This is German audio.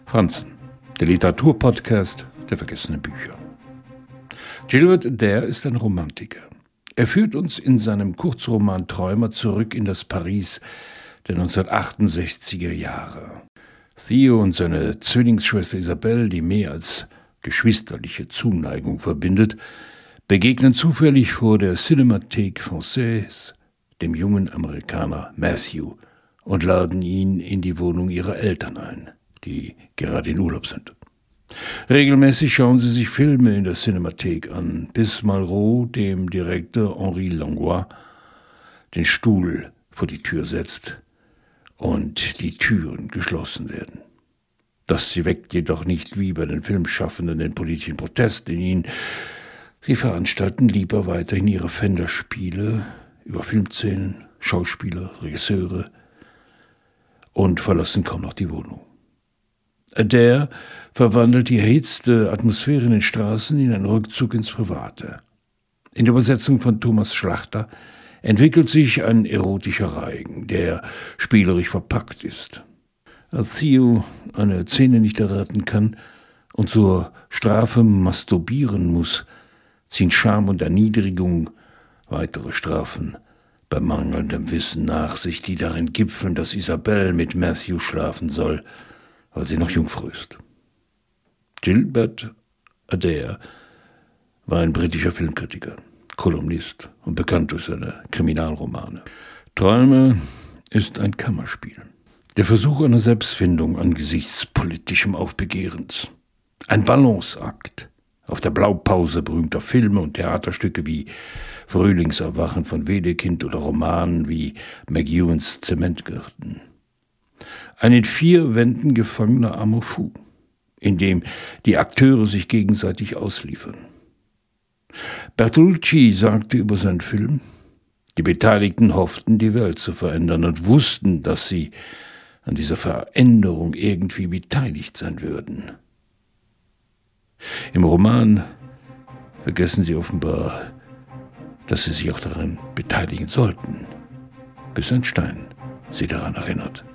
Franzen, der Literaturpodcast der vergessenen Bücher. Gilbert Adair ist ein Romantiker. Er führt uns in seinem Kurzroman Träumer zurück in das Paris der 1968er Jahre. Theo und seine Zwillingsschwester Isabelle, die mehr als geschwisterliche Zuneigung verbindet, begegnen zufällig vor der Cinémathèque Française dem jungen Amerikaner Matthew und laden ihn in die Wohnung ihrer Eltern ein, die gerade in Urlaub sind. Regelmäßig schauen sie sich Filme in der Cinémathèque an, bis Malraux dem Direktor Henri Langlois den Stuhl vor die Tür setzt und die Türen geschlossen werden. Das weckt jedoch nicht wie bei den Filmschaffenden den politischen Protest in ihnen. Sie veranstalten lieber weiterhin ihre Pfänderspiele über Filmszenen, Schauspieler, Regisseure und verlassen kaum noch die Wohnung. Adair verwandelt die erhitzte Atmosphäre in den Straßen in einen Rückzug ins Private. In der Übersetzung von Thomas Schlachter entwickelt sich ein erotischer Reigen, der spielerisch verpackt ist. Als Theo eine Szene nicht erraten kann und zur Strafe masturbieren muss, ziehen Scham und Erniedrigung weitere Strafen bei mangelndem Wissen nach sich, die darin gipfeln, dass Isabelle mit Matthew schlafen soll, weil sie noch Jungfrau ist. Gilbert Adair war ein britischer Filmkritiker, Kolumnist und bekannt durch seine Kriminalromane. Träume ist ein Kammerspiel. Der Versuch einer Selbstfindung angesichts politischem Aufbegehrens. Ein Balanceakt auf der Blaupause berühmter Filme und Theaterstücke wie Frühlingserwachen von Wedekind oder Romanen wie McEwans Zementgärten. Ein in 4 Wänden gefangener Amour fou, in dem die Akteure sich gegenseitig ausliefern. Bertolucci sagte über seinen Film: Die Beteiligten hofften, die Welt zu verändern und wussten, dass sie an dieser Veränderung irgendwie beteiligt sein würden. Im Roman vergessen sie offenbar, dass sie sich auch daran beteiligen sollten, bis ein Stein sie daran erinnert.